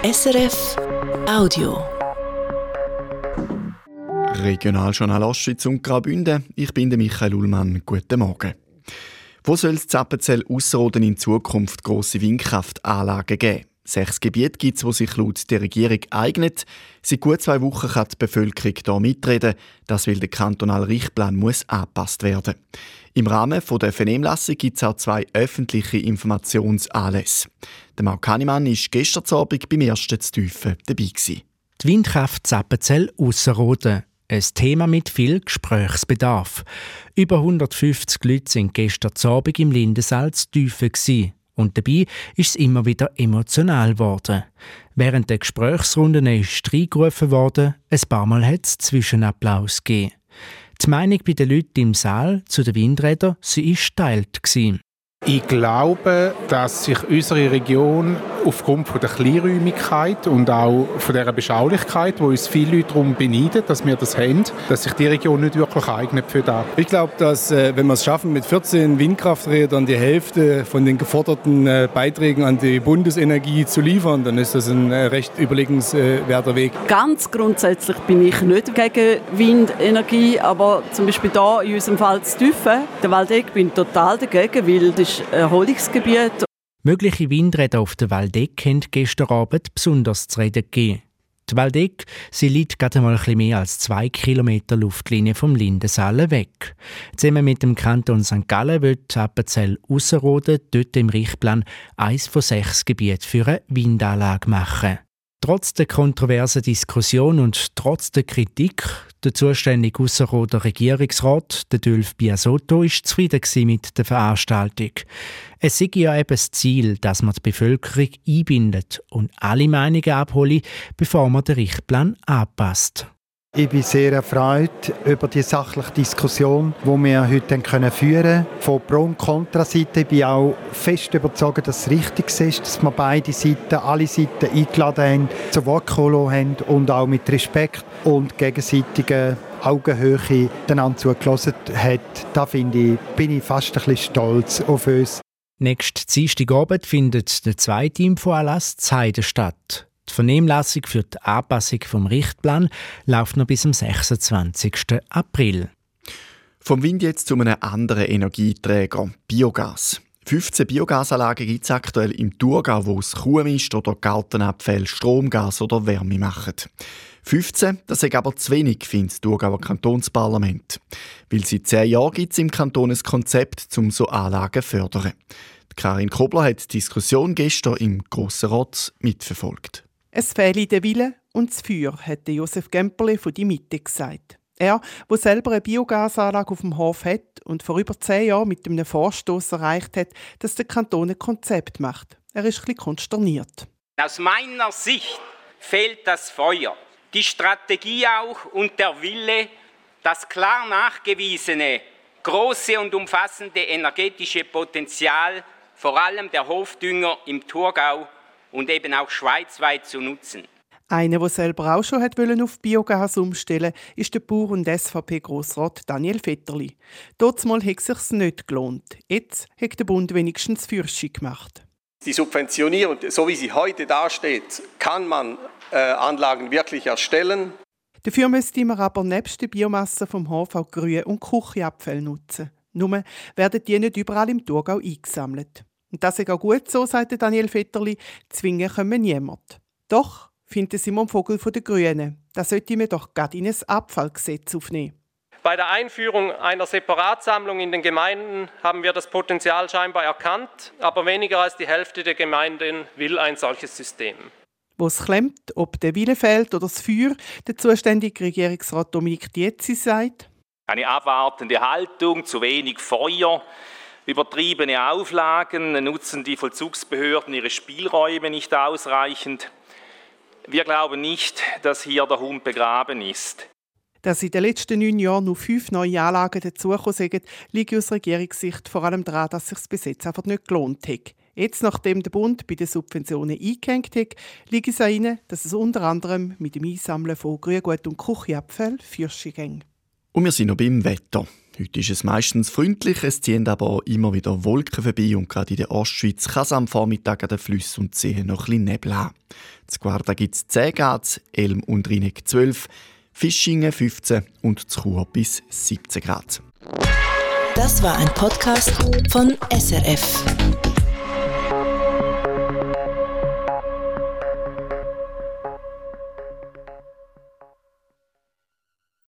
SRF Audio. Regionaljournal Ostschweiz und Graubünden. Ich bin der Michael Ullmann. Guten Morgen. Wo soll es in Appenzell-Ausserrhoden in Zukunft grosse Windkraftanlagen geben? 6 Gebiete gibt es, die sich laut der Regierung eignen. Seit gut 2 Wochen kann die Bevölkerung hier mitreden. Das weil der kantonale Richtplan muss angepasst werden. Im Rahmen der Vernehmlassung gibt es auch 2 öffentliche Informationsanlässe. Der Marc Hannemann war gestern Abend beim ersten Ztiefen dabei gewesen. Die Windkraft Appenzell-Ausserrhoden. Ein Thema mit viel Gesprächsbedarf. Über 150 Leute waren gestern Abend im Lindensaal Ztiefen. Und dabei ist es immer wieder emotional geworden. Während der Gesprächsrunden ist reingerufen worden, ein paar Mal hat es Zwischenapplaus gegeben. Die Meinung bei den Leuten im Saal zu den Windrädern, sie war geteilt. Ich glaube, dass sich unsere Region aufgrund von der Kleinräumigkeit und auch von dieser Beschaulichkeit, wo uns viele Leute darum beneiden, dass wir das haben, dass sich die Region nicht wirklich eignet für das. Ich glaube, dass wenn wir es schaffen, mit 14 Windkrafträdern die Hälfte von den geforderten Beiträgen an die Bundesenergie zu liefern, dann ist das ein recht überlegenswerter Weg. Ganz grundsätzlich bin ich nicht gegen Windenergie, aber zum Beispiel hier in unserem Fall Ztiefen, der Waldeck, bin ich total dagegen, weil das ist ein Erholungsgebiet. Mögliche Windräder auf der Waldeck haben gestern Abend besonders zu reden gegeben. Die Waldeck, sie liegt gerade mal ein bisschen mehr als 2 Kilometer Luftlinie vom Lindensaal weg. Zusammen mit dem Kanton St. Gallen wird Appenzell-Ausserrhoden dort im Richtplan 1 von 6 Gebieten für eine Windanlage machen. Trotz der kontroversen Diskussion und trotz der Kritik, der zuständige Ausserrhoder Regierungsrat, der Dülf Biasotto, war zufrieden mit der Veranstaltung. Es sei ja eben das Ziel, dass man die Bevölkerung einbindet und alle Meinungen abholt, bevor man den Richtplan anpasst. Ich bin sehr erfreut über die sachliche Diskussion, die wir heute führen können. Von Pro- und Kontraseite. Ich bin auch fest überzeugt, dass es richtig ist, dass wir beide Seiten, alle Seiten eingeladen haben, zu Wort gekommen haben und auch mit Respekt und gegenseitiger Augenhöhe einander zugelassen hat. Da bin ich fast ein bisschen stolz auf uns. Nächsten Dienstagabend findet der zweite Infoanlass in Heide statt. Die Vernehmlassung für die Anpassung des Richtplans läuft noch bis zum 26. April. Vom Wind jetzt zu einem anderen Energieträger, Biogas. 15 Biogasanlagen gibt es aktuell im Thurgau, die aus Kuhmist oder Gartenabfall Stromgas oder Wärme machen. 15, das ist aber zu wenig, findet das Thurgauer Kantonsparlament. Weil seit 10 Jahren gibt es im Kanton ein Konzept, um so Anlagen zu fördern. Karin Kobler hat die Diskussion gestern im Grossen Rat mitverfolgt. Es fehle der Wille und das Feuer, hat Josef Gemperle von «Die Mitte» gesagt. Er, der selber eine Biogasanlage auf dem Hof hat und vor über 10 Jahren mit einem Vorstoß erreicht hat, dass der Kanton ein Konzept macht. Er ist ein bisschen konsterniert. Aus meiner Sicht fehlt das Feuer, die Strategie auch und der Wille, das klar nachgewiesene, große und umfassende energetische Potenzial, vor allem der Hofdünger im Thurgau und eben auch schweizweit zu nutzen. Einer, der selber auch schon auf Biogas umstellen wollte, ist der Bauer und SVP-Grossrat Daniel Vetterli. Dortmal hat es sich nicht gelohnt. Jetzt hat der Bund wenigstens Fürschung gemacht. Die Subventionierung, so wie sie heute dasteht, kann man Anlagen wirklich erstellen. Dafür müsste man aber nebst der Biomasse vom Hof auch Grün- und Küchenabfälle nutzen. Nur werden die nicht überall im Thurgau eingesammelt. Und das ist auch gut so, sagt Daniel Vetterli, zwingen können wir niemand. Doch, findet Simon Vogel von den Grünen, das sollte man doch gerade in ein Abfallgesetz aufnehmen. Bei der Einführung einer Separatsammlung in den Gemeinden haben wir das Potenzial scheinbar erkannt, aber weniger als die Hälfte der Gemeinden will ein solches System. Wo es klemmt, ob der Wille fehlt oder das Feuer, der zuständige Regierungsrat Dominik Dietzi sagt: Eine abwartende Haltung, zu wenig Feuer, übertriebene Auflagen, nutzen die Vollzugsbehörden ihre Spielräume nicht ausreichend. Wir glauben nicht, dass hier der Hund begraben ist. Dass in den letzten 9 Jahren nur 5 neue Anlagen dazugekommen sind, liegt aus Regierungssicht vor allem daran, dass es sich bis jetzt einfach nicht gelohnt hat. Jetzt, nachdem der Bund bei den Subventionen eingehängt hat, liegt es an ihnen, dass es unter anderem mit dem Einsammeln von Grüngut- und Küchenabfällen Fürschung ging. Und wir sind noch beim Wetter. Heute ist es meistens freundlich, es ziehen aber immer wieder Wolken vorbei und gerade in der Ostschweiz kann es am Vormittag an den Flüssen und Seen noch ein bisschen Nebel haben. In Guarda gibt es 10 Grad, Elm und Rheineck 12, Fischingen 15 und Chur bis 17 Grad. Das war ein Podcast von SRF.